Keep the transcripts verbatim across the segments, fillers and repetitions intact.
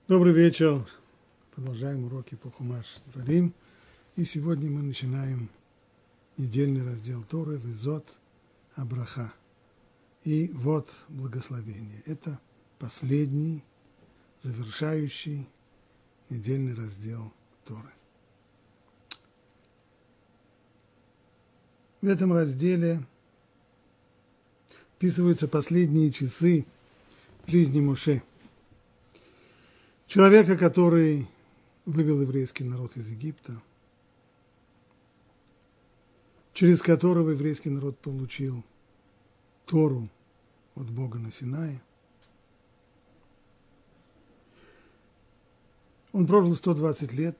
Добрый вечер. Продолжаем уроки по Хумаш Дворим. И сегодня мы начинаем недельный раздел Торы Везот Абраха. И вот благословение. Это последний, завершающий недельный раздел Торы. В этом разделе описываются последние часы жизни Моше, человека, который вывел еврейский народ из Египта, через которого еврейский народ получил Тору от Бога на Синае. Он прожил сто двадцать лет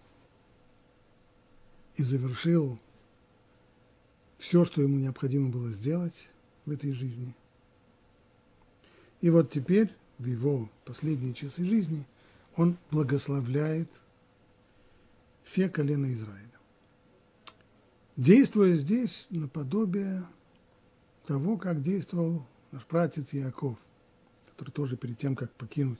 и завершил все, что ему необходимо было сделать в этой жизни. И вот теперь, в его последние часы жизни, он благословляет все колена Израиля, действуя здесь наподобие того, как действовал наш пратец Иаков, который тоже перед тем, как покинуть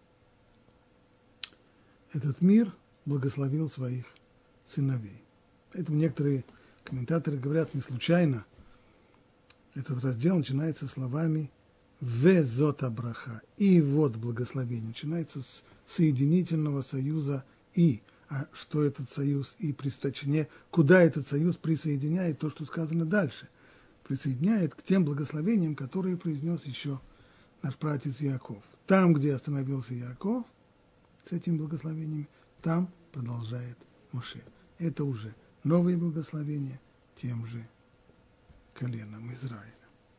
этот мир, благословил своих сыновей. Поэтому некоторые комментаторы говорят, не случайно этот раздел начинается словами «Везот Абраха» и вот благословение. Начинается с соединительного союза «и». А что этот союз «и», точнее, куда этот союз присоединяет то, что сказано дальше? Присоединяет к тем благословениям, которые произнес еще наш пратец Иаков. Там, где остановился Иаков с этими благословениями, там продолжает Моше. Это уже новые благословения тем же коленом Израиля.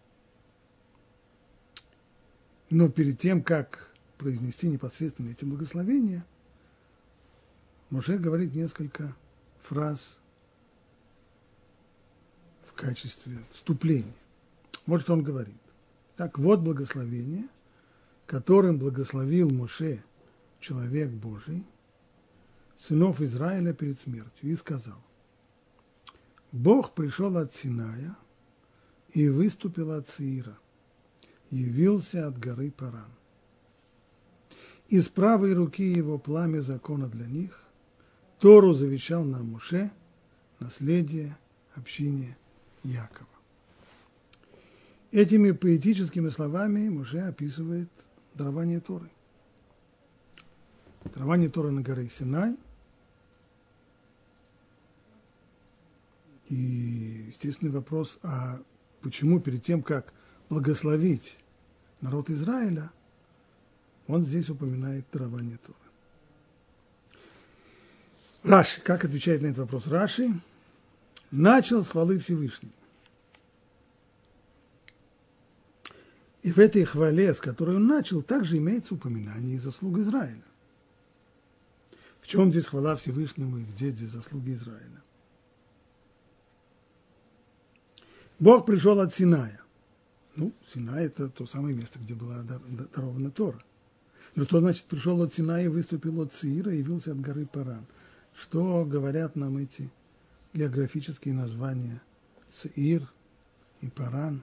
Но перед тем, как произнести непосредственно эти благословения, Моше говорит несколько фраз в качестве вступления. Вот что он говорит. Так вот благословение, которым благословил Моше, человек Божий, сынов Израиля перед смертью, и сказал: Бог пришел от Синая и выступил от Сеира, явился от горы Паран. Из правой руки его пламя закона для них, Тору завещал нам Моше, наследие общине Якова. Этими поэтическими словами Моше описывает дарование Торы. Дарование Торы на горе Синай. И естественный вопрос, а почему перед тем, как благословить народ Израиля, он здесь упоминает дарование Торы. Раши, как отвечает на этот вопрос Раши? Начал с хвалы Всевышнего. И в этой хвале, с которой он начал, также имеется упоминание и заслуг Израиля. В чем здесь хвала Всевышнему и где здесь заслуги Израиля? Бог пришел от Синая. Ну, Синай – это то самое место, где была дарована Тора. Но что значит пришел от Синая и выступил от Сеира и явился от горы Паран? Что говорят нам эти географические названия Сеир и Паран?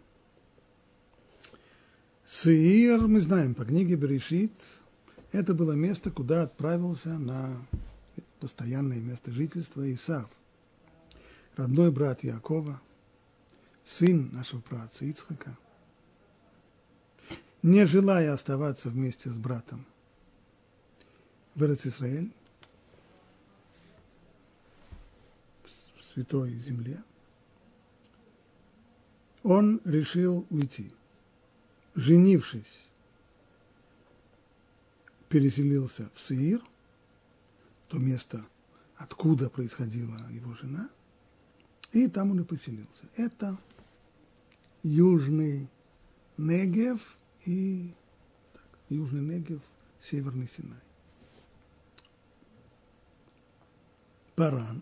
Сеир, мы знаем по книге Берешит, это было место, куда отправился на постоянное место жительства Исав, родной брат Иакова, сын нашего праотца Ицхака, не желая оставаться вместе с братом в Эрец-Исраэль, в святой земле, он решил уйти. Женившись, переселился в Сеир, то место, откуда происходила его жена, и там он и поселился. Это Южный Негев и так, Южный Негев, Северный Синай. Паран.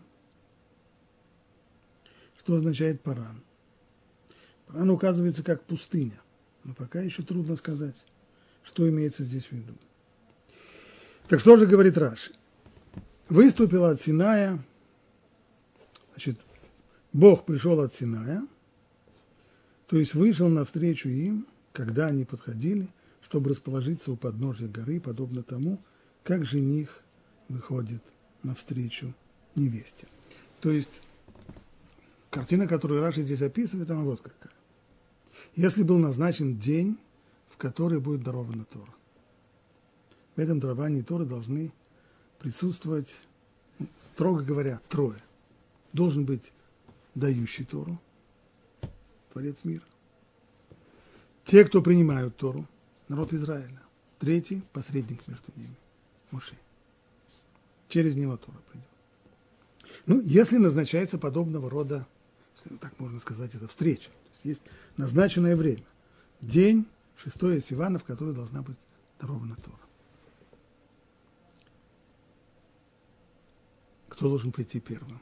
Что означает Паран? Паран указывается как пустыня, но пока еще трудно сказать, что имеется здесь в виду. Так что же говорит Раши? Выступил от Синая, значит, Бог пришел от Синая, то есть вышел навстречу им, когда они подходили, чтобы расположиться у подножия горы, подобно тому, как жених выходит навстречу невесте. То есть картина, которую Раши здесь описывает, она вот какая. Если был назначен день, в который будет дарована Тора, в этом даровании Торы должны присутствовать, строго говоря, трое. Должен быть дающий Тору, Творец мира. Те, кто принимают Тору, народ Израиля. Третий – посредник между ними, Моше. Через него Тора придет. Ну, если назначается подобного рода, так можно сказать, это встреча, то есть есть назначенное время, день, шестое Сивана, в который должна быть дарована Тора. Кто должен прийти первым?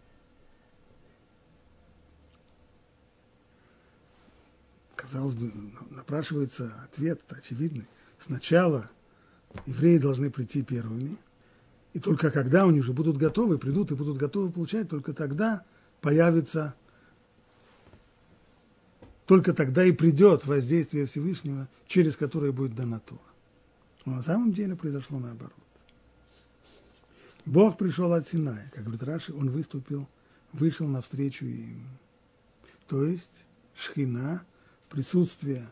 Казалось бы, напрашивается ответ очевидный. Сначала евреи должны прийти первыми, и только когда они уже будут готовы, придут и будут готовы получать, только тогда появится, только тогда и придет воздействие Всевышнего, через которое будет дана Тора. Но на самом деле произошло наоборот. Бог пришел от Синая, как говорит Раши, он выступил, вышел навстречу им. То есть Шхина, присутствие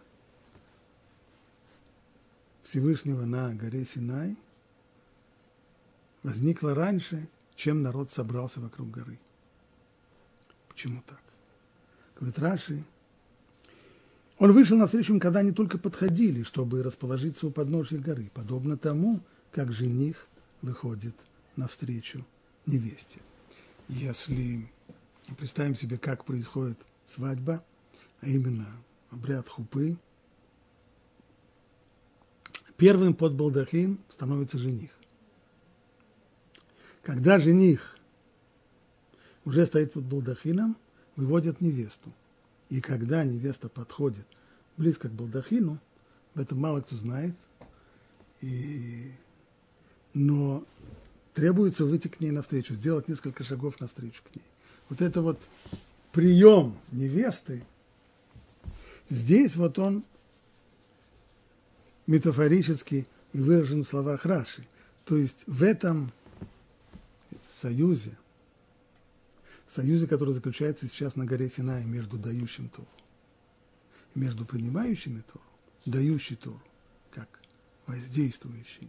Всевышнего на горе Синай, возникло раньше, чем народ собрался вокруг горы. Почему так? Говорит Раши, он вышел навстречу им, когда они только подходили, чтобы расположиться у подножия горы, подобно тому, как жених выходит навстречу невесте. Если представим себе, как происходит свадьба, а именно обряд хупы, первым под балдахин становится жених. Когда жених уже стоит под балдахином, выводят невесту. И когда невеста подходит близко к балдахину, об этом мало кто знает, и... но требуется выйти к ней навстречу, сделать несколько шагов навстречу к ней. Вот это вот прием невесты, здесь вот он метафорически и выражен в словах Раши. То есть в этом союзе, союзе, который заключается сейчас на горе Синай между дающим Тору, между принимающими Тору, дающий Тору, как воздействующий,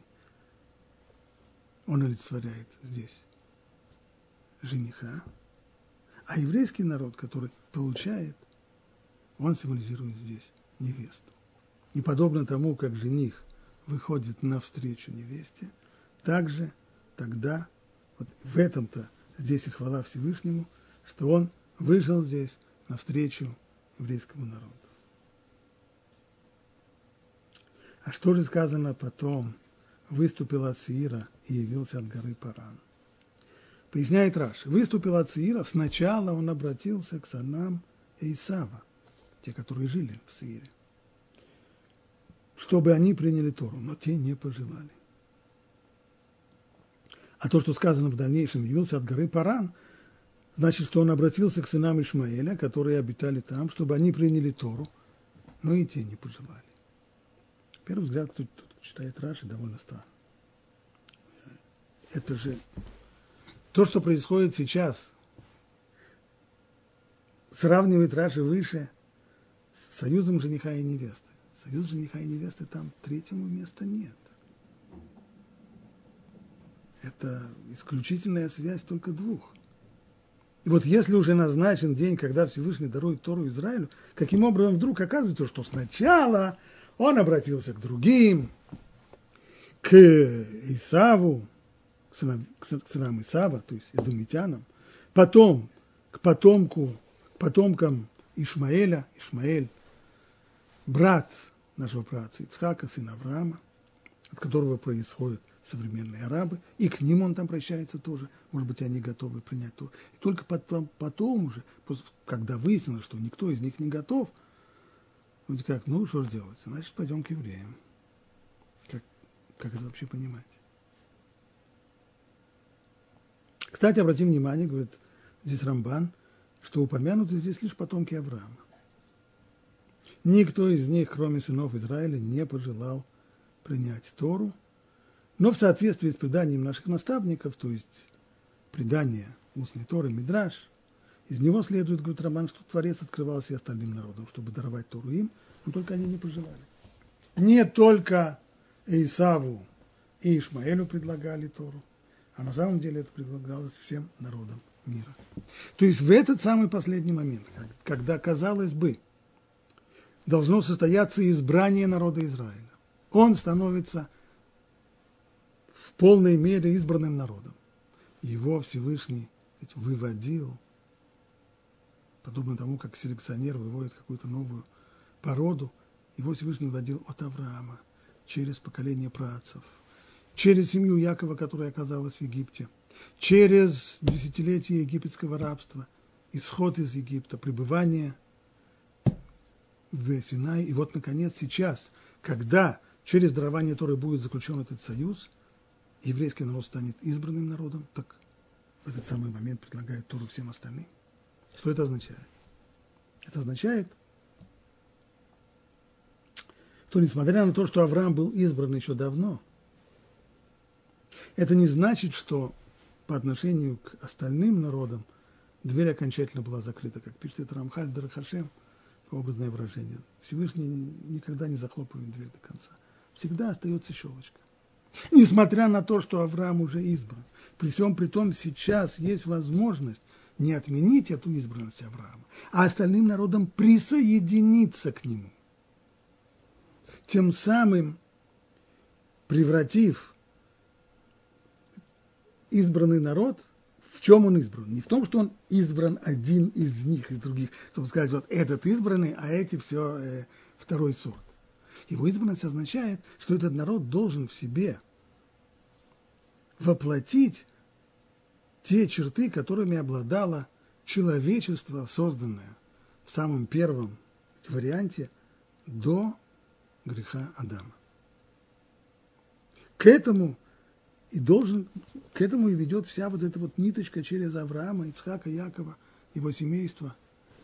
он олицетворяет здесь жениха, а еврейский народ, который получает, он символизирует здесь невесту. И подобно тому, как жених выходит навстречу невесте, также тогда, вот в этом-то здесь и хвала Всевышнему, что он вышел здесь навстречу еврейскому народу. А что же сказано потом? Выступил от Сеира и явился от горы Паран. Поясняет Раши, выступил от Сеира, сначала он обратился к сынам Исава, те, которые жили в Сеире, чтобы они приняли Тору, но те не пожелали. А то, что сказано в дальнейшем, явился от горы Паран, значит, что он обратился к сынам Ишмаэля, которые обитали там, чтобы они приняли Тору, но и те не пожелали. Первый взгляд, кто тут читает Раши, довольно странно. Это же то, что происходит сейчас, сравнивает Раши выше с союзом жениха и невесты. Союз жениха и невесты, там третьему места нет. Это исключительная связь только двух. И вот если уже назначен день, когда Всевышний дарует Тору Израилю, каким образом вдруг оказывается, что сначала он обратился к другим, к Исаву, к сынам, к сынам Исава, то есть эдомитянам, потом к потомку, к потомкам Ишмаэля, Ишмаэль, брат нашего праотца Ицхака, сын Авраама, от которого происходят современные арабы, и к ним он там прощается тоже, может быть, они готовы принять Тору. И только потом, потом уже, когда выяснилось, что никто из них не готов, вроде как, ну, что же делать, значит, пойдем к евреям. Как, как это вообще понимать? Кстати, обратим внимание, говорит здесь Рамбан, что упомянуты здесь лишь потомки Авраама. Никто из них, кроме сынов Израиля, не пожелал принять Тору, Но в соответствии с преданием наших наставников, то есть предание устной Торы, Мидраш, из него следует, говорит Рамбан, что Творец открывался и остальным народам, чтобы даровать Тору им, но только они не пожелали. Не только Исаву и Ишмаэлю предлагали Тору, а на самом деле это предлагалось всем народам мира. То есть в этот самый последний момент, когда, казалось бы, должно состояться избрание народа Израиля, он становится в полной мере избранным народом. Его Всевышний выводил, подобно тому, как селекционер выводит какую-то новую породу, его Всевышний выводил от Авраама, через поколение праотцев, через семью Якова, которая оказалась в Египте, через десятилетия египетского рабства, исход из Египта, пребывание в Синае. И вот, наконец, сейчас, когда через дарование Торы будет заключен этот союз, еврейский народ станет избранным народом, так в этот самый момент предлагает Тору всем остальным. Что это означает? Это означает, что несмотря на то, что Авраам был избран еще давно, это не значит, что по отношению к остальным народам дверь окончательно была закрыта, как пишет это Рамхаль Дарахашем, образное выражение. Всевышний никогда не захлопывает дверь до конца. Всегда остается щелочка. Несмотря на то, что Авраам уже избран, при всем при том сейчас есть возможность не отменить эту избранность Авраама, а остальным народам присоединиться к нему, тем самым превратив избранный народ, в чем он избран? Не в том, что он избран один из них, из других, чтобы сказать, вот этот избранный, а эти все э, второй сорт. Его избранность означает, что этот народ должен в себе воплотить те черты, которыми обладало человечество, созданное в самом первом варианте до греха Адама. К этому и должен, к этому и ведет вся вот эта вот ниточка через Авраама, Ицхака, Якова, его семейство.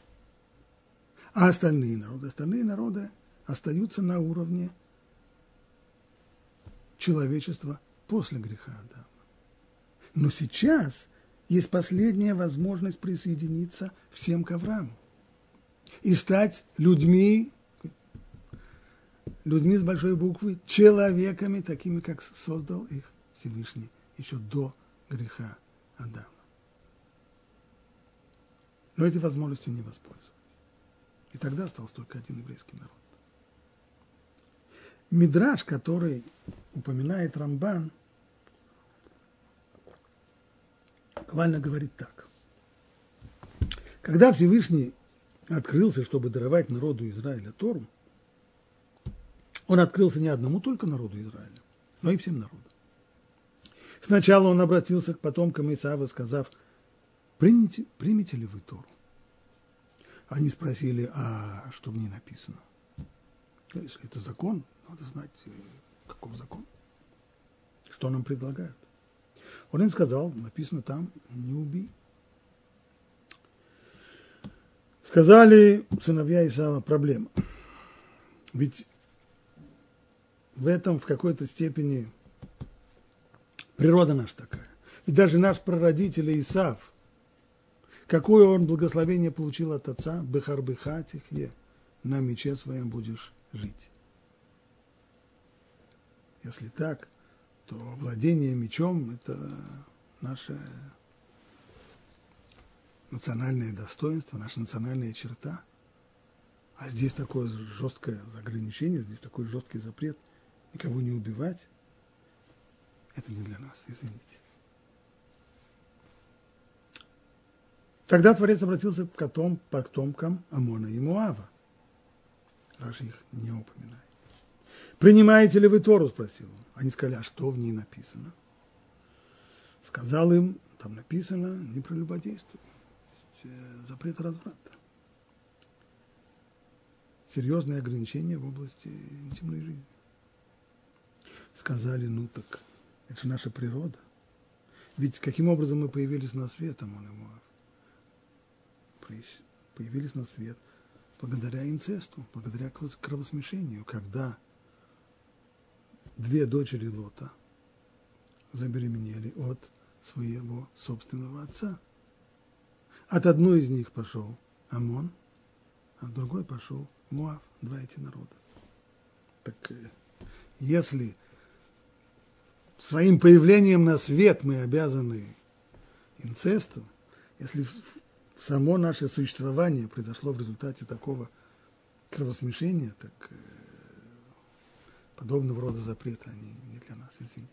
А остальные народы, остальные народы остаются на уровне человечества после греха Адама. Но сейчас есть последняя возможность присоединиться всем к Аврааму и стать людьми, людьми с большой буквы, человеками, такими, как создал их Всевышний еще до греха Адама. Но этой возможностью не воспользовались. И тогда остался только один еврейский народ. Мидраш, который упоминает Рамбан, буквально говорит так. Когда Всевышний открылся, чтобы даровать народу Израиля Тору, он открылся не одному только народу Израиля, но и всем народам. Сначала он обратился к потомкам Исава, сказав: примите, примите ли вы Тору? Они спросили: а что в ней написано? Если это закон, надо знать, каков закон. Что нам предлагают? Он им сказал: написано там: не убей. Сказали сыновья Исава: проблема. Ведь в этом в какой-то степени природа наша такая. Ведь даже наш прародитель Исав, какое он благословение получил от отца: «Бехар беха тихье», на мече своем будешь жить. Если так, то владение мечом – это наше национальное достоинство, наша национальная черта. А здесь такое жесткое ограничение, здесь такой жесткий запрет никого не убивать. Это не для нас, извините. Тогда Творец обратился к потомкам Амона и Моава. Раши их не упоминает. «Принимаете ли вы Тору?» – спросил он. Они сказали: а что в ней написано? Сказал им: там написано: не прелюбодействуй. Запрет разврата. Серьезные ограничения в области интимной жизни. Сказали: ну так, это же наша природа. Ведь каким образом мы появились на свет, Амон и Моав? Появились на свет благодаря инцесту, благодаря кровосмешению, когда две дочери Лота забеременели от своего собственного отца. От одной из них пошел Амон, а от другой пошел Моав, два эти народа. Так если своим появлением на свет мы обязаны инцесту, если само наше существование произошло в результате такого кровосмешения, так э, подобного рода запреты, они не для нас, извините.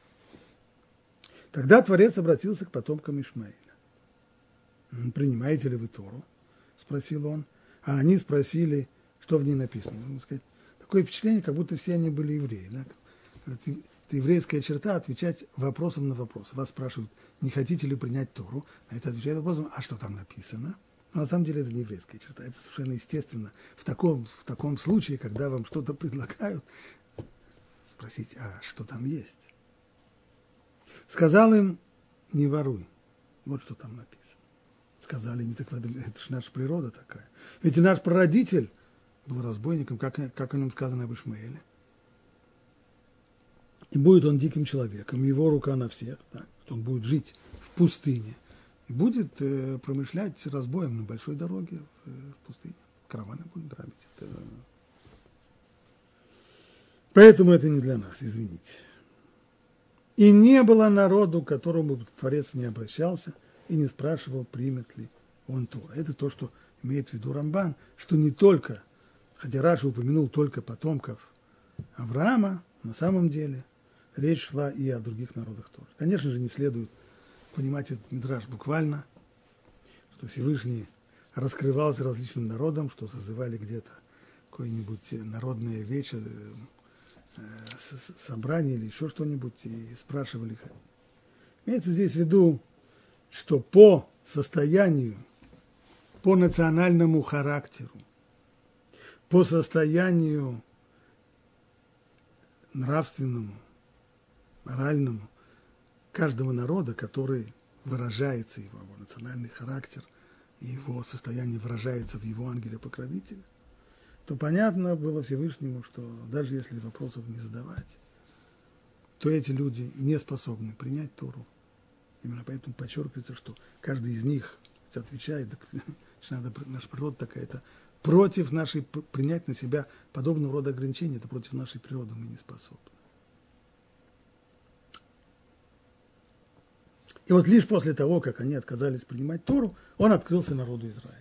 Тогда Творец обратился к потомкам Ишмаэля. «Принимаете ли вы Тору?» – спросил он. А они спросили, что в ней написано. Можно сказать, такое впечатление, как будто все они были евреи. Да? Это, это еврейская черта – отвечать вопросом на вопрос. Вас спрашивают, не хотите ли принять Тору? А это отвечает вопросом, а что там написано? Но на самом деле это не еврейская черта. Это совершенно естественно. В таком, в таком случае, когда вам что-то предлагают, спросить, а что там есть? Сказал им, не воруй. Вот что там написано. Сказали, не так, это же наша природа такая. Ведь и наш прародитель был разбойником, как, как о нем сказано об Ишмаэле. И будет он диким человеком, его рука на всех, так, что он будет жить в пустыне и будет э, промышлять разбоем на большой дороге в, э, в пустыне. Караваны будет грабить. Это... Поэтому это не для нас, извините. И не было народу, к которому Творец не обращался и не спрашивал, примет ли он Тору. Это то, что имеет в виду Рамбан, что не только, хотя Раши упомянул только потомков Авраама, на самом деле речь шла и о других народах тоже. Конечно же, не следует понимать этот мидраш буквально, что Всевышний раскрывался различным народам, что созывали где-то какое-нибудь народное вече, собрание или еще что-нибудь, и спрашивали их. Имеется здесь в виду, что по состоянию, по национальному характеру, по состоянию нравственному, моральному каждого народа, который выражается, его, его национальный характер, и его состояние выражается в его ангеле-покровителе, то понятно было Всевышнему, что даже если вопросов не задавать, то эти люди не способны принять Тору. Именно поэтому подчеркивается, что каждый из них отвечает, надо, наша природа такая, это против нашей, принять на себя подобного рода ограничения, это против нашей природы мы не способны. И вот лишь после того, как они отказались принимать Тору, он открылся народу Израиля.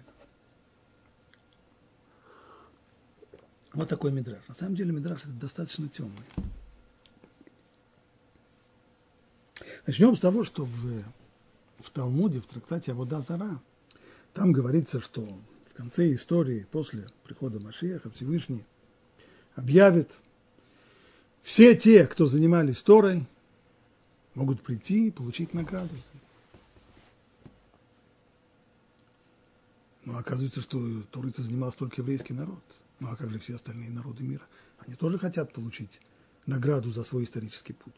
Вот такой мидраш. На самом деле мидраш это достаточно темный. Начнем с того, что в, в Талмуде, в трактате Авода Зара, там говорится, что в конце истории, после прихода Машиаха, Всевышний объявит, все те, кто занимались Торой, могут прийти и получить награду. Но оказывается, что Торой-то занимался только еврейский народ. Ну а как же все остальные народы мира? Они тоже хотят получить награду за свой исторический путь.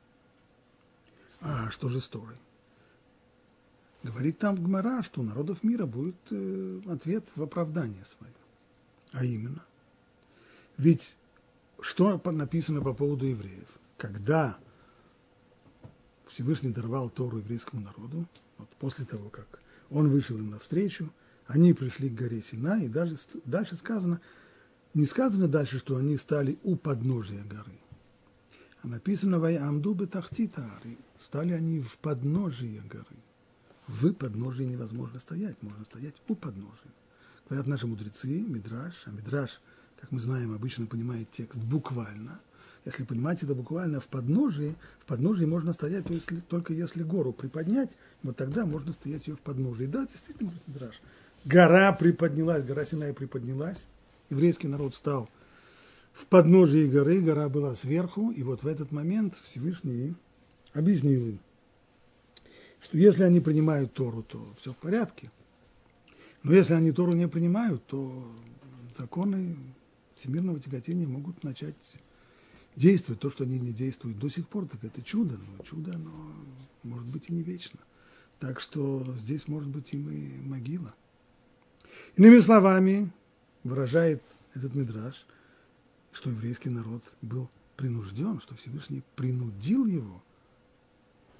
А что же с Торой? Говорит там Гмара, что у народов мира будет э, ответ в оправдание свое. А именно, ведь что написано по поводу евреев? Когда Всевышний даровал Тору еврейскому народу, вот после того, как он вышел им навстречу, они пришли к горе Синай, и даже, дальше сказано, не сказано дальше, что они стали у подножия горы, а написано «Ваямду бетахтита ари», стали они в подножии горы. В подножии невозможно стоять, можно стоять у подножия. Говорят наши мудрецы, мидраш, а мидраш, как мы знаем, обычно понимает текст буквально. Если понимать это буквально в подножии, в подножии можно стоять то есть, только если гору приподнять, вот тогда можно стоять ее в подножии. Да, действительно, мидраш. Гора приподнялась, гора Синай приподнялась, еврейский народ стал в подножии горы, гора была сверху, и вот в этот момент Всевышний объяснил им, что если они принимают Тору, то все в порядке, но если они Тору не принимают, то законы всемирного тяготения могут начать действовать. То, что они не действуют до сих пор, так это чудо, но чудо, оно может быть и не вечно. Так что здесь может быть им и могила. Иными словами, выражает этот мидраш, что еврейский народ был принужден, что Всевышний принудил его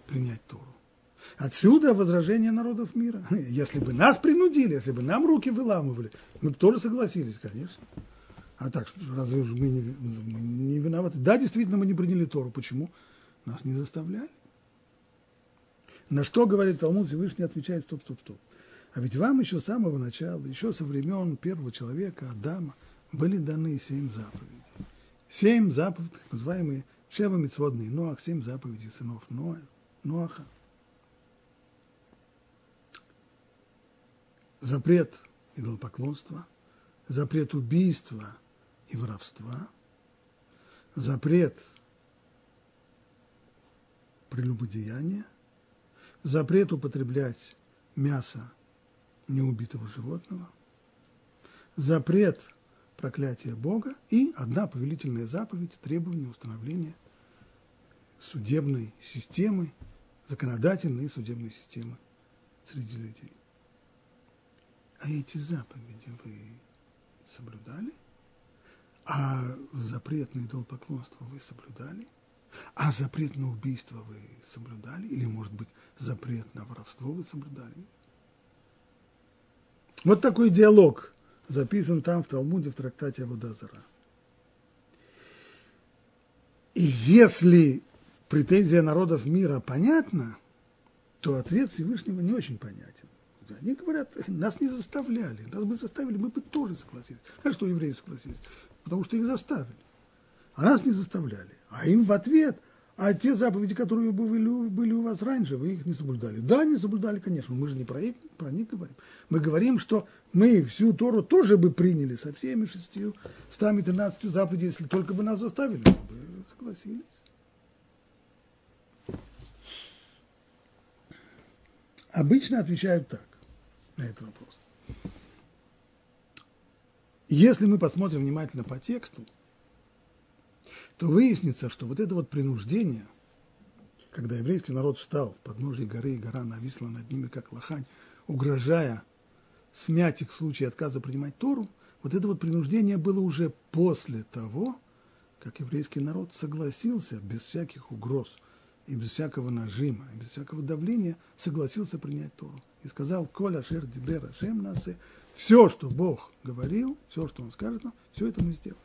принять Тору. Отсюда возражение народов мира. Если бы нас принудили, если бы нам руки выламывали, мы бы тоже согласились, конечно. А так, разве мы не, мы не виноваты? Да, действительно, мы не приняли Тору. Почему? Нас не заставляли. На что, говорит Талмуд, Всевышний отвечает: стоп, стоп, стоп. А ведь вам еще с самого начала, еще со времен первого человека, Адама, были даны семь заповедей. Семь заповедей, так называемые Шева Мицводный Ноах, семь заповедей сынов Ноаха. Запрет идолопоклонства, запрет убийства и воровства, запрет прелюбодеяния, запрет употреблять мясо неубитого животного, запрет проклятия Бога и одна повелительная заповедь, требование установления судебной системы, законодательной и судебной системы среди людей. А эти заповеди вы соблюдали? А запрет на идолопоклонство вы соблюдали? А запрет на убийство вы соблюдали? Или, может быть, запрет на воровство вы соблюдали? Вот такой диалог записан там в Талмуде, в трактате Авода Зара. И если претензия народов мира понятна, то ответ Всевышнего не очень понятен. Они говорят, нас не заставляли, нас бы заставили, мы бы тоже согласились. А что евреи согласились? Потому что их заставили. А нас не заставляли. А им в ответ, а те заповеди, которые были, были у вас раньше, вы их не соблюдали. Да, не соблюдали, конечно, мы же не про, их, про них говорим. Мы говорим, что мы всю Тору тоже бы приняли со всеми шестью, стами тринадцатью заповедей, если только бы нас заставили, мы бы согласились. Обычно отвечают так на этот вопрос. Если мы посмотрим внимательно по тексту, то выяснится, что вот это вот принуждение, когда еврейский народ встал в подножье горы, и гора нависла над ними, как лохань, угрожая смять их в случае отказа принимать Тору, вот это вот принуждение было уже после того, как еврейский народ согласился без всяких угроз и без всякого нажима, и без всякого давления, согласился принять Тору. И сказал: «Коль ашер дибер Ашем насе», все, что Бог говорил, все, что Он скажет нам, все это мы сделаем.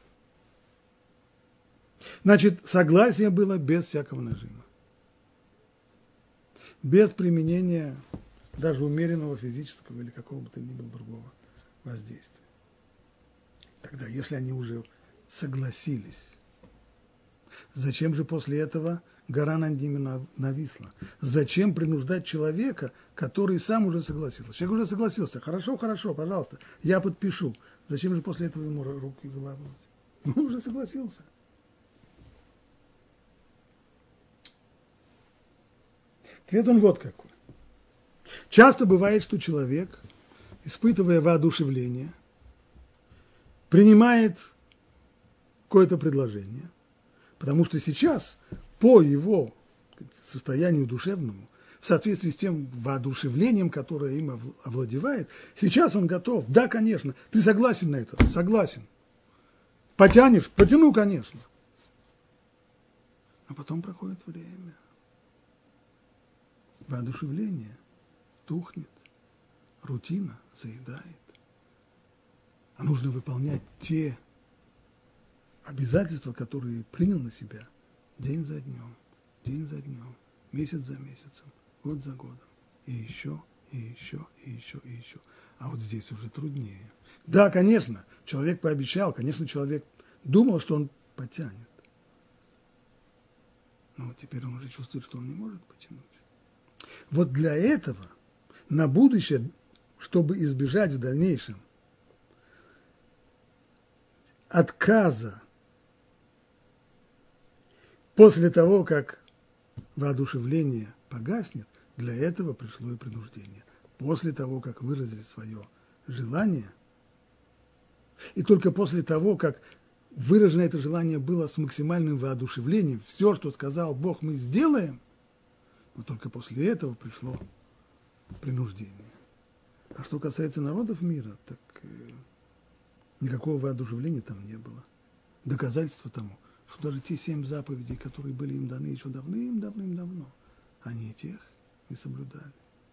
Значит, согласие было без всякого нажима, без применения даже умеренного физического или какого бы то ни было другого воздействия. Тогда, если они уже согласились, зачем же после этого гора над ними нависла? Зачем принуждать человека, который сам уже согласился? Человек уже согласился. Хорошо, хорошо, пожалуйста, я подпишу. Зачем же после этого ему руки выламывать? Он уже согласился. Ответ он вот какой. Часто бывает, что человек, испытывая воодушевление, принимает какое-то предложение, потому что сейчас по его состоянию душевному, в соответствии с тем воодушевлением, которое им овладевает, сейчас он готов. Да, конечно, ты согласен на это? Согласен. Потянешь? Потяну, конечно. А потом проходит время. Воодушевление тухнет, рутина заедает. А нужно выполнять те обязательства, которые принял на себя день за днем, день за днем, месяц за месяцем, год за годом. И еще, и еще, и еще, и еще. А вот здесь уже труднее. Да, конечно, человек пообещал, конечно, человек думал, что он потянет. Но вот теперь он уже чувствует, что он не может потянуть. Вот для этого на будущее, чтобы избежать в дальнейшем отказа после того, как воодушевление погаснет, для этого пришло и принуждение. После того, как выразили свое желание, и только после того, как выражено это желание было с максимальным воодушевлением, все, что сказал Бог, мы сделаем, но только после этого пришло принуждение. А что касается народов мира, так э, никакого воодушевления там не было. Доказательство тому, что даже те семь заповедей, которые были им даны еще давным-давным-давно, они и тех не соблюдали.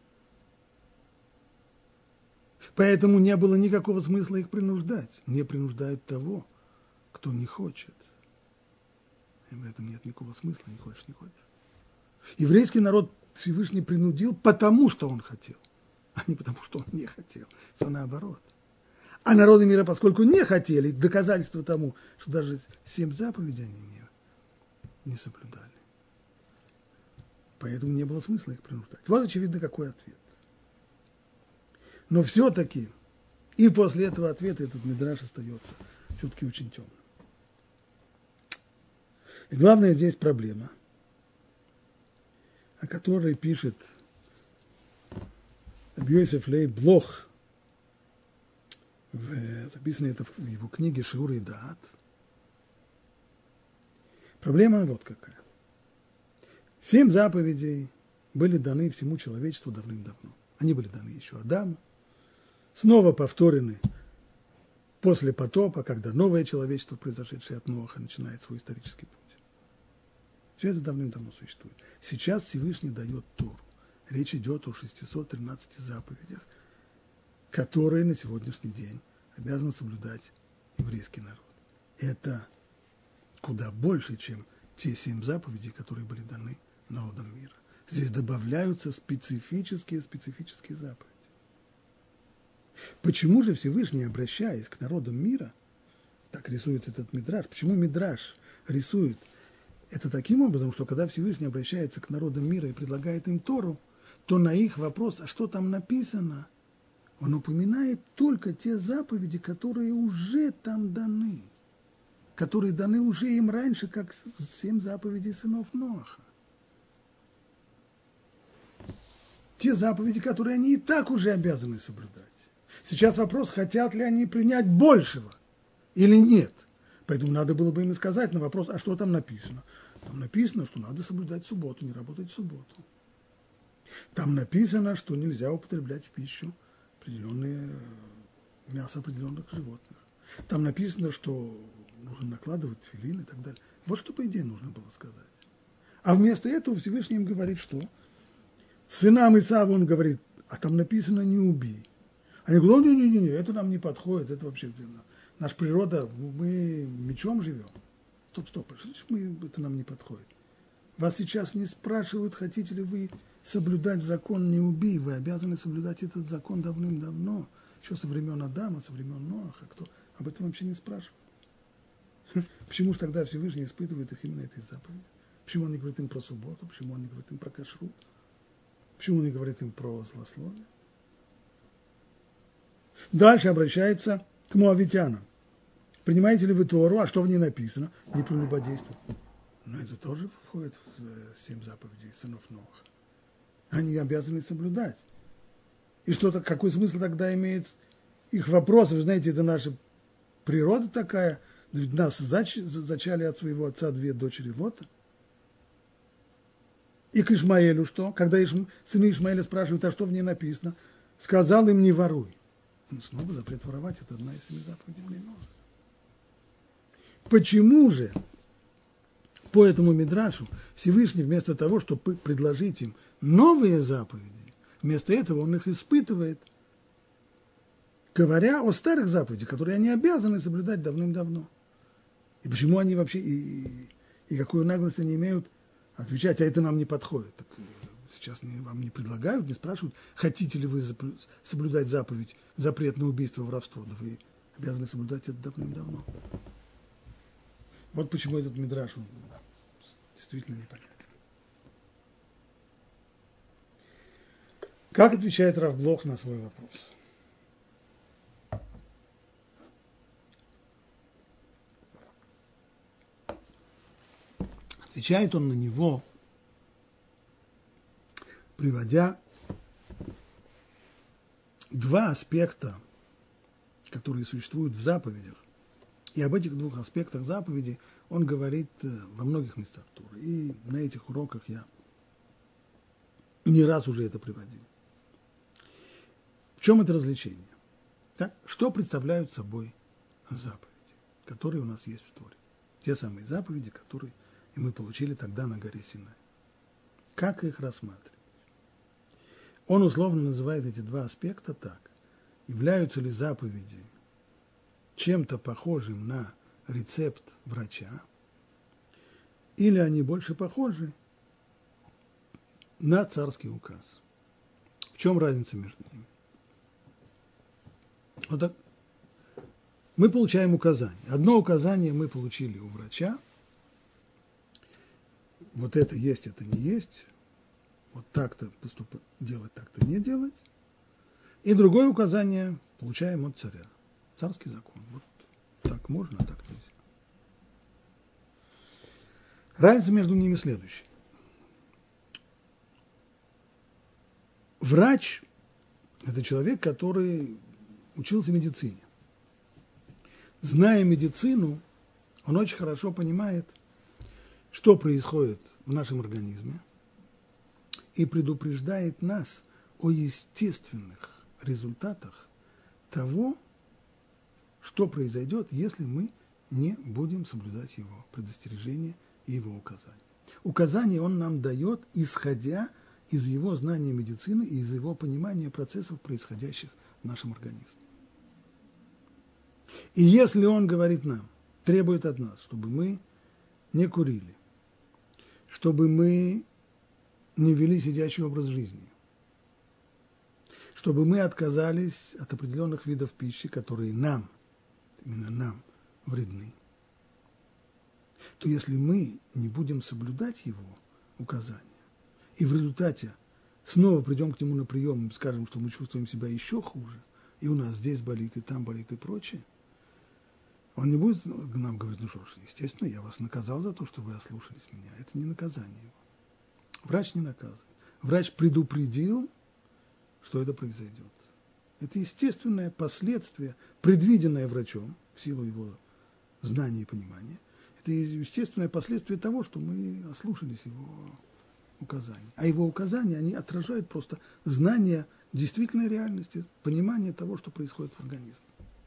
Поэтому не было никакого смысла их принуждать. Не принуждают того, кто не хочет. И в этом нет никакого смысла, не хочешь, не хочешь. Еврейский народ Всевышний принудил, потому что он хотел, а не потому что он не хотел. Все наоборот. А народы мира, поскольку не хотели, доказательство тому, что даже семь заповедей они не, не соблюдали. Поэтому не было смысла их принуждать. Вот, очевидно, какой ответ. Но все-таки и после этого ответа этот мидраш остается все-таки очень темным. И главная здесь проблема, о которой пишет Раби Йосеф Лейб Блох, записано это в его книге «Шиур и Даат». Проблема вот какая. Семь заповедей были даны всему человечеству давным-давно. Они были даны еще Адаму, снова повторены после потопа, когда новое человечество, произошедшее от Ноаха, начинает свой исторический путь. Все это давным-давно существует. Сейчас Всевышний дает Тору. Речь идет о шестистах тринадцати заповедях, которые на сегодняшний день обязан соблюдать еврейский народ. Это куда больше, чем те семь заповедей, которые были даны народам мира. Здесь добавляются специфические, специфические заповеди. Почему же Всевышний, обращаясь к народам мира, так рисует этот мидраш? Почему мидраш рисует это таким образом, что когда Всевышний обращается к народам мира и предлагает им Тору, то на их вопрос, а что там написано, он упоминает только те заповеди, которые уже там даны, которые даны уже им раньше, как семь заповедей сынов Ноаха. Те заповеди, которые они и так уже обязаны соблюдать. Сейчас вопрос, хотят ли они принять большего или нет. Поэтому надо было бы им сказать на вопрос, а что там написано? Там написано, что надо соблюдать субботу, не работать в субботу. Там написано, что нельзя употреблять в пищу определенные, мясо определенных животных. Там написано, что нужно накладывать тфилин и так далее. Вот что, по идее, нужно было сказать. А вместо этого Всевышний им говорит, что сынам Исава он говорит, а там написано «не убей». Они говорят, не-не-не, это нам не подходит, это вообще наша природа, мы мечом живем. Стоп, стоп, что значит мы, это нам не подходит? Вас сейчас не спрашивают, хотите ли вы соблюдать закон «не убей», вы обязаны соблюдать этот закон давным-давно, еще со времен Адама, со времен Ноаха, кто об этом вообще не спрашивает. Почему же тогда Всевышний испытывает их именно этой заповедью? Почему он не говорит им про субботу, почему он не говорит им про кашрут, почему он не говорит им про злословие? Дальше обращается к моавитянам. Принимаете ли вы Тору, а что в ней написано? Не прелюбодействуйте. Но это тоже входит в семь заповедей сынов Ноаха. Они обязаны соблюдать. И что-то, какой смысл тогда имеет их вопрос? Вы знаете, это наша природа такая. Нас зач, зачали от своего отца две дочери Лота. И к Ишмаэлю что? Когда Ишм, сыны Ишмаэля спрашивают, а что в ней написано? Сказал им, не воруй. Ну, снова запрет воровать, это одна из семи заповедей Ноаха. Почему же по этому мидрашу Всевышний вместо того, чтобы предложить им новые заповеди, вместо этого он их испытывает, говоря о старых заповедях, которые они обязаны соблюдать давным-давно. И почему они вообще, и, и какую наглость они имеют отвечать, а это нам не подходит. Так сейчас вам не предлагают, не спрашивают, хотите ли вы соблюдать заповедь, запрет на убийство, воровство. Да вы обязаны соблюдать это давным-давно. Вот почему этот мидраш действительно непонятен. Как отвечает Рав Блох на свой вопрос? Отвечает он на него, приводя два аспекта, которые существуют в заповедях. И об этих двух аспектах заповедей он говорит во многих местах Торы. И на этих уроках я не раз уже это приводил. В чем это развлечение? Так, что представляют собой заповеди, которые у нас есть в Торе? Те самые заповеди, которые мы получили тогда на горе Синай. Как их рассматривать? Он условно называет эти два аспекта так. Являются ли заповеди чем-то похожим на рецепт врача, или они больше похожи на царский указ? В чем разница между ними? Вот так. Мы получаем указание. Одно указание мы получили у врача. Вот это есть, это не есть. Вот так-то поступать, делать, так-то не делать. И другое указание получаем от царя. Царский закон. Вот так можно, а так нельзя. Разница между ними следующая. Врач – это человек, который учился медицине. Зная медицину, он очень хорошо понимает, что происходит в нашем организме, и предупреждает нас о естественных результатах того, что произойдет, если мы не будем соблюдать его предостережения и его указания. Указания он нам дает, исходя из его знания медицины и из его понимания процессов, происходящих в нашем организме. И если он говорит нам, требует от нас, чтобы мы не курили, чтобы мы не вели сидячий образ жизни, чтобы мы отказались от определенных видов пищи, которые нам, именно нам, вредны, то если мы не будем соблюдать его указания, и в результате снова придем к нему на прием и скажем, что мы чувствуем себя еще хуже, и у нас здесь болит, и там болит, и прочее, он не будет нам говорить, ну что ж, естественно, я вас наказал за то, что вы ослушались меня. Это не наказание его. Врач не наказывает. Врач предупредил, что это произойдет. Это естественное последствие, предвиденное врачом в силу его знания и понимания. Это естественное последствие того, что мы ослушались его указаний. А его указания, они отражают просто знание действительной реальности, понимание того, что происходит в организме.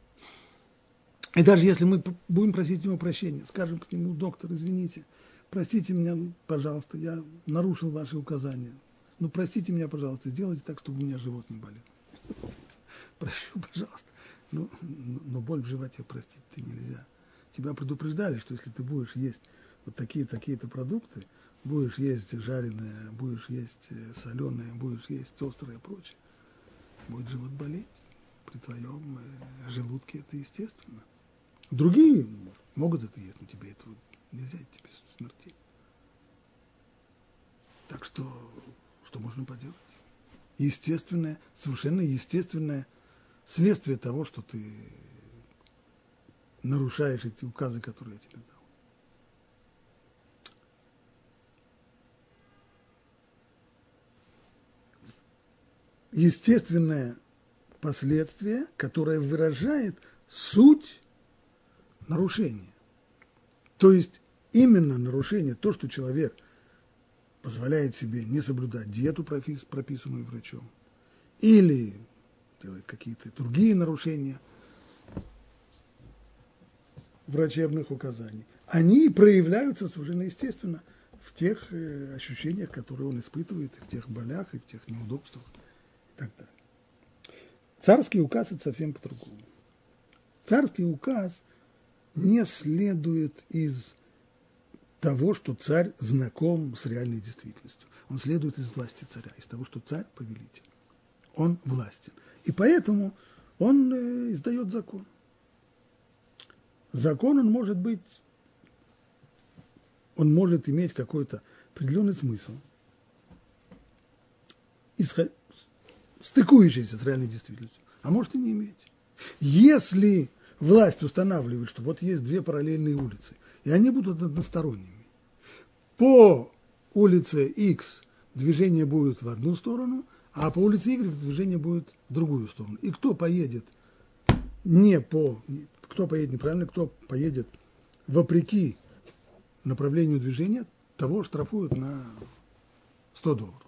И даже если мы будем просить у него прощения, скажем к нему: доктор, извините, простите меня, пожалуйста, я нарушил ваши указания. Ну, простите меня, пожалуйста, сделайте так, чтобы у меня живот не болел. Прощу, пожалуйста. Но, но боль в животе простить-то нельзя. Тебя предупреждали, что если ты будешь есть вот такие-такие-то продукты, будешь есть жареное, будешь есть соленое, будешь есть острое и прочее, будет живот болеть. При твоем желудке это естественно. Другие может, могут это есть, но тебе этого нельзя, тебе смертей. Так что, что можно поделать? Естественное, совершенно естественное следствие того, что ты нарушаешь эти указы, которые я тебе дал. Естественное последствие, которое выражает суть нарушения. То есть именно нарушение, то, что человек позволяет себе не соблюдать диету, прописанную врачом, или делает какие-то другие нарушения врачебных указаний, они проявляются совершенно естественно в тех ощущениях, которые он испытывает, и в тех болях, и в тех неудобствах, и так далее. Царский указ – это совсем по-другому. Царский указ не следует из того, что царь знаком с реальной действительностью. Он следует из власти царя, из того, что царь – повелитель. Он властен. И поэтому он э, издает закон. Закон, он может быть, он может иметь какой-то определенный смысл, исход, стыкующийся с реальной действительностью, а может и не иметь. Если власть устанавливает, что вот есть две параллельные улицы, и они будут односторонними, по улице X движение будет в одну сторону, а по улице Y движение будет в другую сторону. И кто поедет не по, кто поедет неправильно, кто поедет вопреки направлению движения, того штрафуют на сто долларов.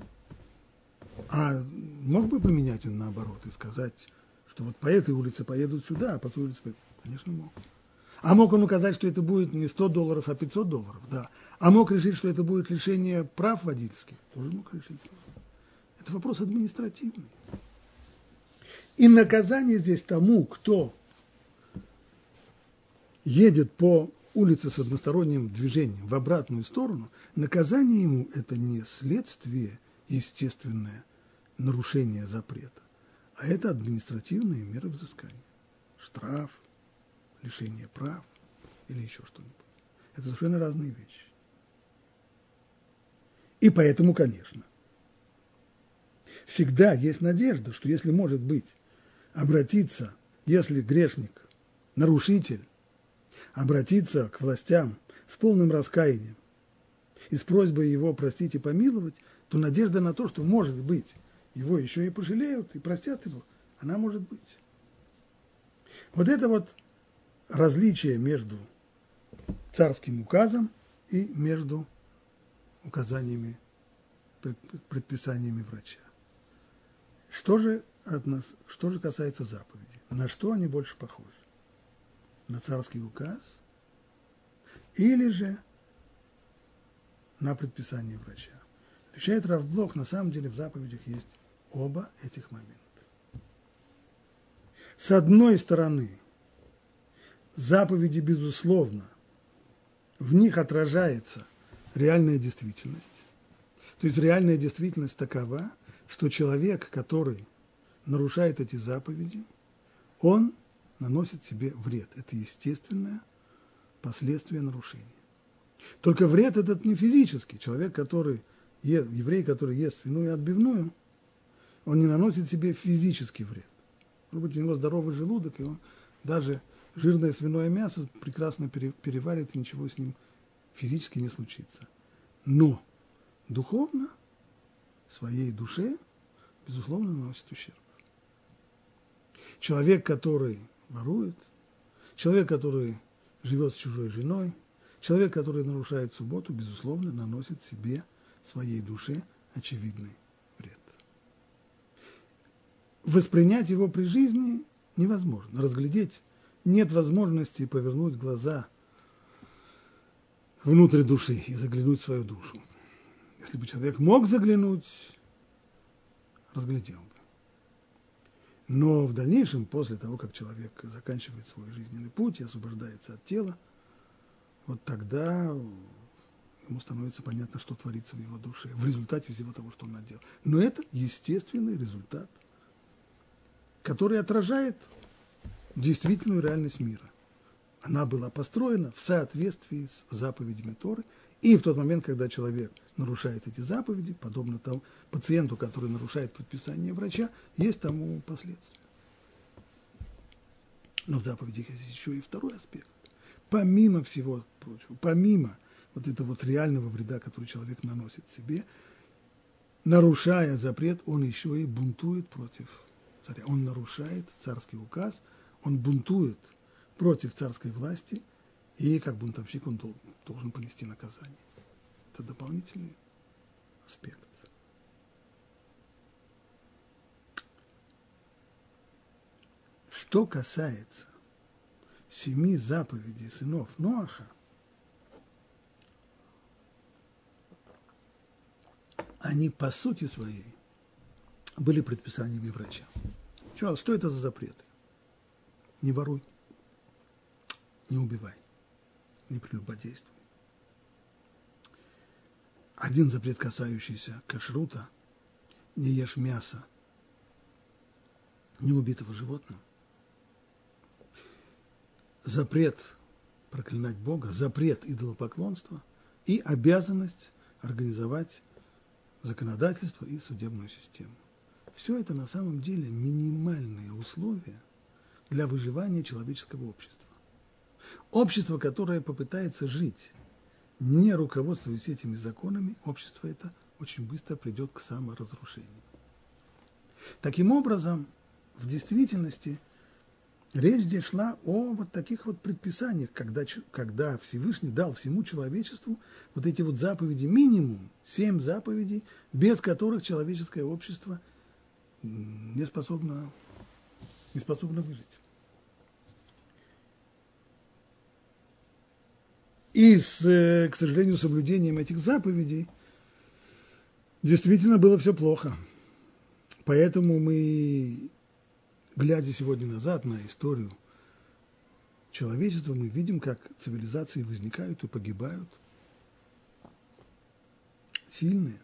А мог бы поменять он наоборот и сказать, что вот по этой улице поедут сюда, а по той улице поедут? Конечно, мог. А мог он указать, что это будет не сто долларов, а пятьсот долларов, да. А мог решить, что это будет лишение прав водительских, тоже мог решить. Это вопрос административный. И наказание здесь тому, кто едет по улице с односторонним движением в обратную сторону, наказание ему – это не следствие естественное нарушения запрета, а это административные меры взыскания. Штраф, лишение прав или еще что-нибудь. Это совершенно разные вещи. И поэтому, конечно, всегда есть надежда, что если, может быть, обратиться, если грешник, нарушитель, обратиться к властям с полным раскаянием и с просьбой его простить и помиловать, то надежда на то, что, может быть, его еще и пожалеют и простят его, она может быть. Вот это вот различие между царским указом и между указаниями, предписаниями врача. Что же, от нас, что же касается заповедей? На что они больше похожи? На царский указ или же на предписание врача? Отвечает Рав Блох, на самом деле в заповедях есть оба этих момента. С одной стороны, заповеди, безусловно, в них отражается реальная действительность. То есть реальная действительность такова, что человек, который нарушает эти заповеди, он наносит себе вред. Это естественное последствие нарушения. Только вред этот не физический. Человек, который ест, еврей, который ест свиную и отбивную, он не наносит себе физический вред. Может быть, у него здоровый желудок, и он даже жирное свиное мясо прекрасно переварит, и ничего с ним физически не случится. Но духовно своей душе, безусловно, наносит ущерб. Человек, который ворует, человек, который живет с чужой женой, человек, который нарушает субботу, безусловно, наносит себе, своей душе, очевидный вред. Воспринять его при жизни невозможно. Разглядеть нет возможности повернуть глаза внутрь души и заглянуть в свою душу. Если бы человек мог заглянуть, разглядел бы. Но в дальнейшем, после того, как человек заканчивает свой жизненный путь и освобождается от тела, вот тогда ему становится понятно, что творится в его душе в результате всего того, что он наделал. Но это естественный результат, который отражает действительную реальность мира. Она была построена в соответствии с заповедями Торы, и в тот момент, когда человек нарушает эти заповеди, подобно тому пациенту, который нарушает предписание врача, есть тому последствия. Но в заповедях есть еще и второй аспект. Помимо всего прочего, помимо вот этого вот реального вреда, который человек наносит себе, нарушая запрет, он еще и бунтует против царя. Он нарушает царский указ, он бунтует против царской власти, и как бунтовщик он должен понести наказание. Это дополнительный аспект. Что касается семи заповедей сынов Ноаха, они по сути своей были предписаниями врача. Что, что это за запреты? Не воруй, не убивай, не прелюбодействуй. Один запрет, касающийся кашрута: не ешь мясо неубитого животного. Запрет проклинать Бога, запрет идолопоклонства и обязанность организовать законодательство и судебную систему. Все это на самом деле минимальные условия для выживания человеческого общества. Общество, которое попытается жить, не руководствуясь этими законами, общество это очень быстро придет к саморазрушению. Таким образом, в действительности речь здесь шла о вот таких вот предписаниях, когда, когда Всевышний дал всему человечеству вот эти вот заповеди, минимум семь заповедей, без которых человеческое общество не способно, не способно выжить. И, с, к сожалению, соблюдением этих заповедей действительно было все плохо. Поэтому мы, глядя сегодня назад на историю человечества, мы видим, как цивилизации возникают и погибают. Сильные,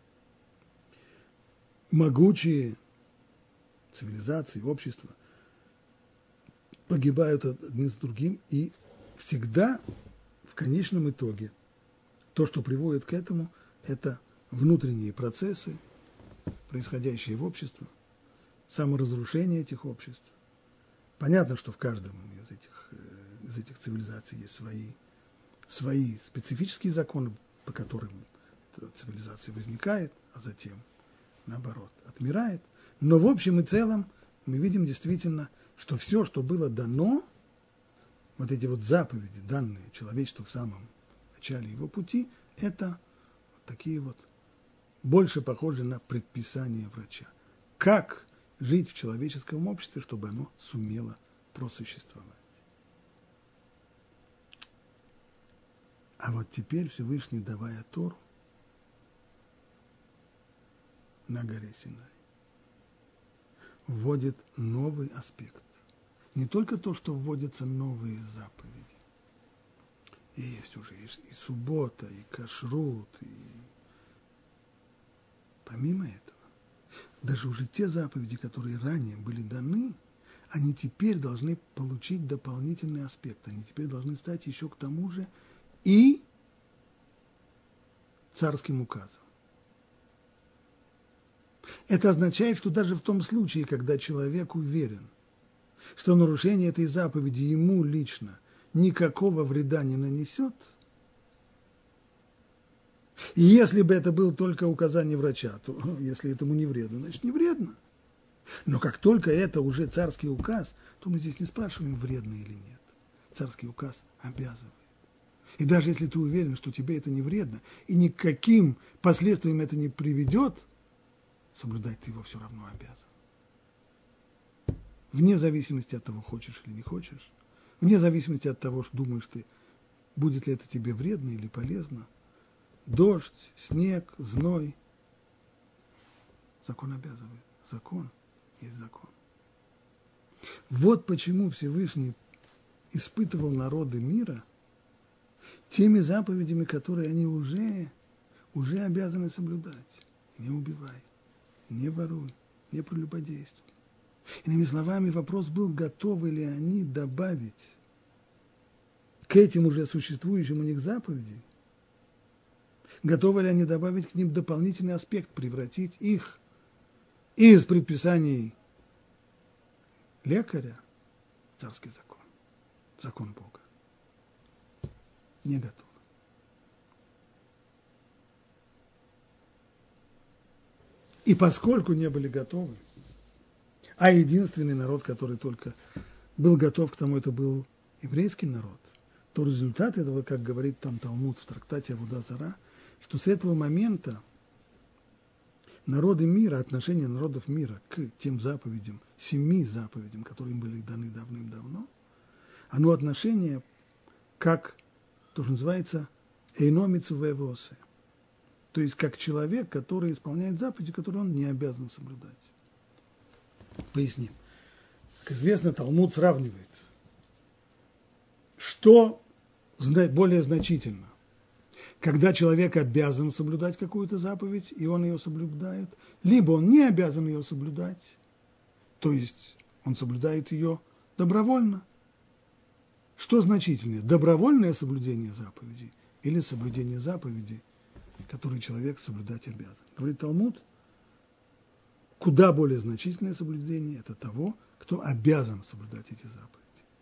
могучие цивилизации, общества погибают одни с другим, и всегда в конечном итоге то, что приводит к этому, это внутренние процессы, происходящие в обществе, саморазрушение этих обществ. Понятно, что в каждом из этих, из этих цивилизаций есть свои, свои специфические законы, по которым эта цивилизация возникает, а затем, наоборот, отмирает. Но в общем и целом мы видим действительно, что все, что было дано, вот эти вот заповеди, данные человечеству в самом начале его пути, это вот такие вот, больше похожи на предписание врача. Как жить в человеческом обществе, чтобы оно сумело просуществовать. А вот теперь Всевышний, давая Тору на горе Синай, вводит новый аспект. Не только то, что вводятся новые заповеди. И есть уже и суббота, и кашрут, и помимо этого, даже уже те заповеди, которые ранее были даны, они теперь должны получить дополнительный аспект. Они теперь должны стать еще к тому же и царским указом. Это означает, что даже в том случае, когда человек уверен, что нарушение этой заповеди ему лично никакого вреда не нанесет, и если бы это было только указание врача, то если этому не вредно, значит не вредно. Но как только это уже царский указ, то мы здесь не спрашиваем, вредно или нет. Царский указ обязывает. И даже если ты уверен, что тебе это не вредно, и никаким последствиям это не приведет, соблюдать ты его все равно обязан. Вне зависимости от того, хочешь или не хочешь, вне зависимости от того, что думаешь ты, будет ли это тебе вредно или полезно, дождь, снег, зной, закон обязывает. Закон есть закон. Вот почему Всевышний испытывал народы мира теми заповедями, которые они уже, уже обязаны соблюдать. Не убивай, не воруй, не прелюбодействуй. Иными словами, вопрос был, готовы ли они добавить к этим уже существующим у них заповедям, готовы ли они добавить к ним дополнительный аспект, превратить их из предписаний лекаря в царский закон, закон Бога. Не готовы. И поскольку не были готовы, а единственный народ, который только был готов к тому, это был еврейский народ, то результат этого, как говорит там Талмуд в трактате Авода Зара, что с этого момента народы мира, отношение народов мира к тем заповедям, семи заповедям, которые им были даны давным-давно, оно отношение как, то, что называется, эйно мицуве восе, то есть как человек, который исполняет заповеди, которые он не обязан соблюдать. Поясним. Как известно, Талмуд сравнивает, что более значительно, когда человек обязан соблюдать какую-то заповедь, и он ее соблюдает, либо он не обязан ее соблюдать, то есть он соблюдает ее добровольно. Что значительнее, добровольное соблюдение заповедей или соблюдение заповедей, которые человек соблюдать обязан? Говорит Талмуд, куда более значительное соблюдение – это того, кто обязан соблюдать эти заповеди.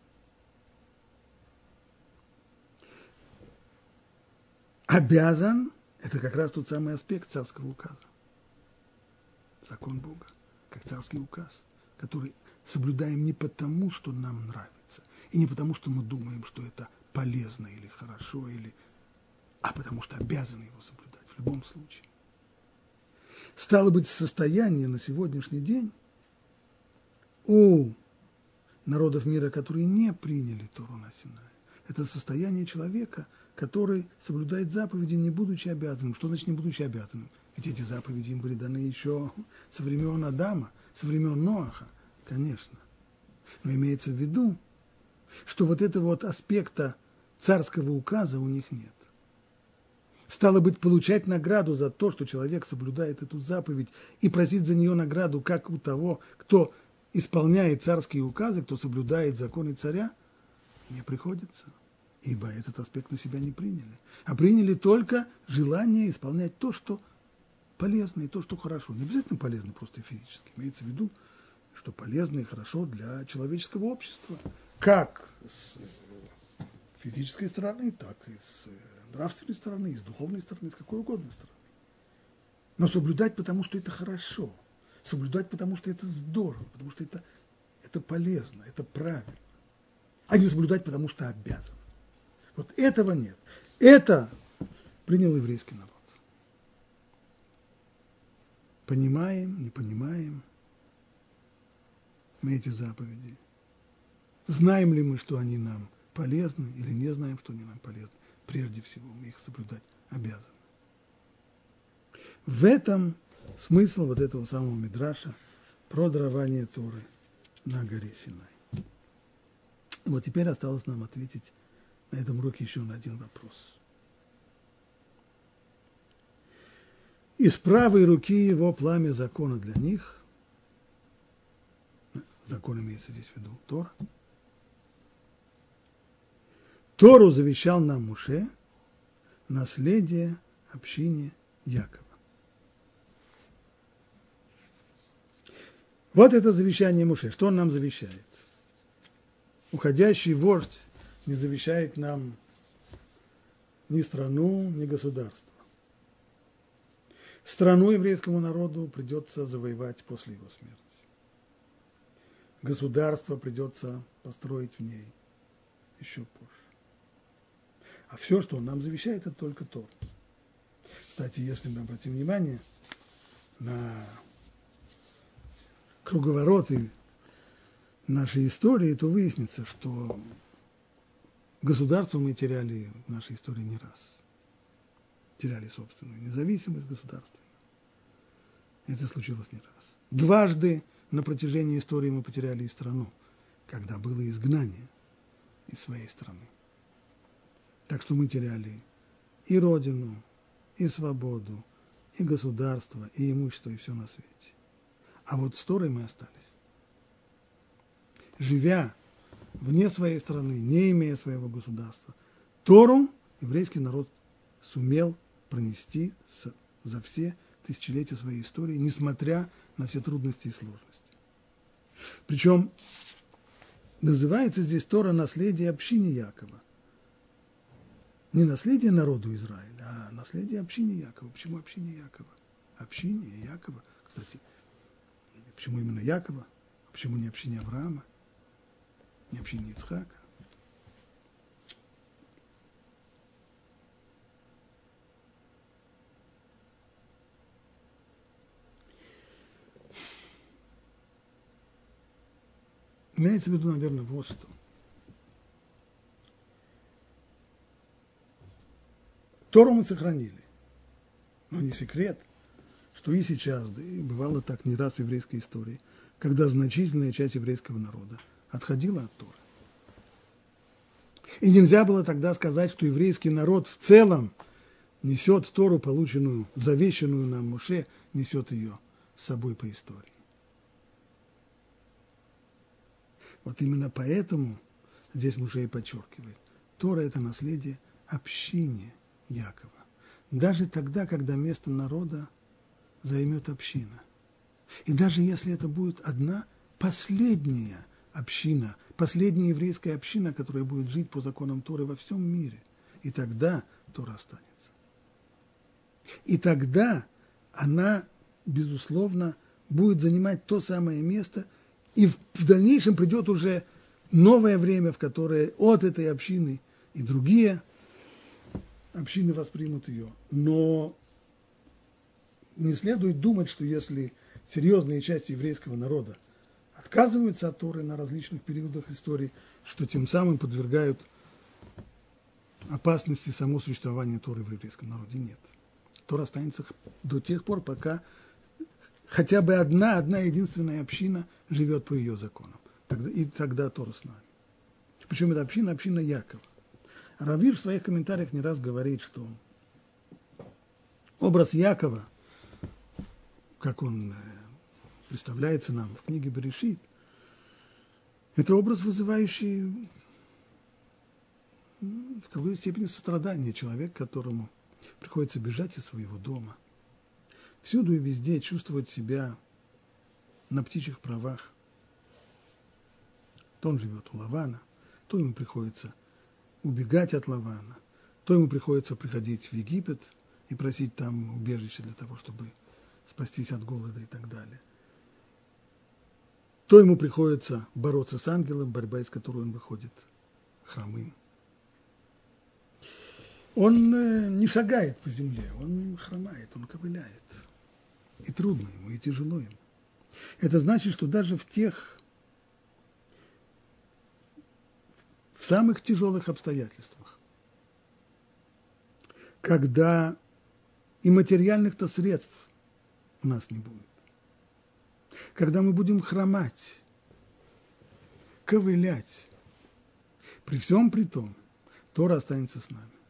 Обязан – это как раз тот самый аспект царского указа. Закон Бога, как царский указ, который соблюдаем не потому, что нам нравится, и не потому, что мы думаем, что это полезно или хорошо, или... а потому что обязаны его соблюдать в любом случае. Стало быть, состояние на сегодняшний день у народов мира, которые не приняли Тору на Синае, это состояние человека, который соблюдает заповеди, не будучи обязанным. Что значит не будучи обязанным? Ведь эти заповеди им были даны еще со времен Адама, со времен Ноаха, конечно. Но имеется в виду, что вот этого вот аспекта царского указа у них нет. Стало быть, получать награду за то, что человек соблюдает эту заповедь, и просить за нее награду, как у того, кто исполняет царские указы, кто соблюдает законы царя, не приходится, ибо этот аспект на себя не приняли. А приняли только желание исполнять то, что полезно и то, что хорошо. Не обязательно полезно просто физически. Имеется в виду, что полезно и хорошо для человеческого общества. Как с физической стороны, так и с нравственной стороны, и с духовной стороны, с какой угодно стороны. Но соблюдать, потому что это хорошо. Соблюдать, потому что это здорово, потому что это, это полезно, это правильно. А не соблюдать, потому что обязан. Вот этого нет. Это принял еврейский народ. Понимаем, не понимаем мы эти заповеди. Знаем ли мы, что они нам полезны, или не знаем, что они нам полезны. Прежде всего, мы их соблюдать обязаны. В этом смысл вот этого самого мидраша про дарование Торы на горе Синай. Вот теперь осталось нам ответить на этом уроке еще на один вопрос. Из правой руки его пламя закона для них, закон имеется здесь в виду Тора, Тору завещал нам Моше, наследие общине Якова. Вот это завещание Моше. Что он нам завещает? Уходящий вождь не завещает нам ни страну, ни государство. Страну еврейскому народу придется завоевать после его смерти. Государство придется построить в ней еще позже. А все, что он нам завещает, это только Тора. Кстати, если мы обратим внимание на круговороты нашей истории, то выяснится, что государство мы теряли в нашей истории не раз. Теряли собственную независимость государства. Это случилось не раз. Дважды на протяжении истории мы потеряли и страну, когда было изгнание из своей страны. Так что мы теряли и родину, и свободу, и государство, и имущество, и все на свете. А вот с Торой мы остались. Живя вне своей страны, не имея своего государства, Тору еврейский народ сумел пронести за все тысячелетия своей истории, несмотря на все трудности и сложности. Причем называется здесь Тора наследие общине Якова. Не наследие народу Израиля, а наследие общине Якова. Почему общине Якова? Общине Якова. Кстати, почему именно Якова? Почему не общине Авраама? Не общине Ицхака? Имеется в виду, наверное, вот что. Тору мы сохранили, но не секрет, что и сейчас, да и бывало так не раз в еврейской истории, когда значительная часть еврейского народа отходила от Торы. И нельзя было тогда сказать, что еврейский народ в целом несет Тору, полученную, завещанную нам Моше, несет ее с собой по истории. Вот именно поэтому здесь Моше и подчеркивает, Тора – это наследие общине Якова. Даже тогда, когда место народа займет община. И даже если это будет одна последняя община, последняя еврейская община, которая будет жить по законам Торы во всем мире, и тогда Тора останется. И тогда она, безусловно, будет занимать то самое место, и в, в дальнейшем придет уже новое время, в которое от этой общины и другие общины воспримут ее. Но не следует думать, что если серьезные части еврейского народа отказываются от Торы на различных периодах истории, что тем самым подвергают опасности самого существования Торы в еврейском народе. Нет. Тора останется до тех пор, пока хотя бы одна, одна единственная община живет по ее законам. Тогда, и тогда Тора с нами. Причем это община, община Якова. Равир в своих комментариях не раз говорит, что образ Якова, как он представляется нам в книге Берешит, это образ, вызывающий в какой-то степени сострадание. Человек, которому приходится бежать из своего дома, всюду и везде чувствовать себя на птичьих правах. То он живет у Лавана, то ему приходится убегать от Лавана, то ему приходится приходить в Египет и просить там убежище для того, чтобы спастись от голода и так далее. То ему приходится бороться с ангелом, борьба из которой он выходит хромым. Он э, не шагает по земле, он хромает, он ковыляет. И трудно ему, и тяжело ему. Это значит, что даже в тех, в самых тяжелых обстоятельствах, когда и материальных-то средств у нас не будет, когда мы будем хромать, ковылять, при всем при том, Тора останется с нами.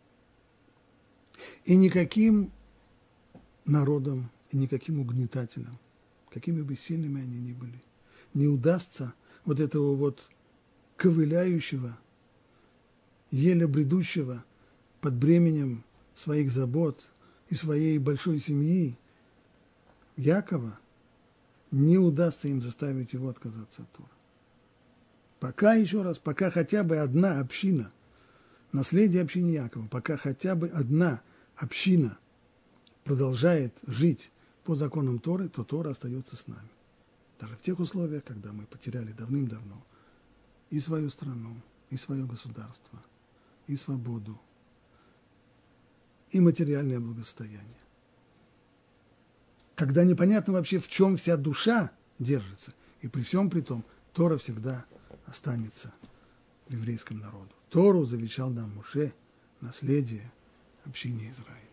И никаким народом, и никаким угнетателям, какими бы сильными они ни были, не удастся вот этого вот ковыляющего, еле бредущего под бременем своих забот и своей большой семьи Якова, не удастся им заставить его отказаться от Торы. Пока, еще раз, пока хотя бы одна община, наследие общины Якова, пока хотя бы одна община продолжает жить по законам Торы, то Тора остается с нами. Даже в тех условиях, когда мы потеряли давным-давно и свою страну, и свое государство, и свободу, и материальное благосостояние. Когда непонятно вообще, в чем вся душа держится. И при всем при том, Тора всегда останется еврейскому народу. Тору завещал нам Моше, наследие общине Израиля.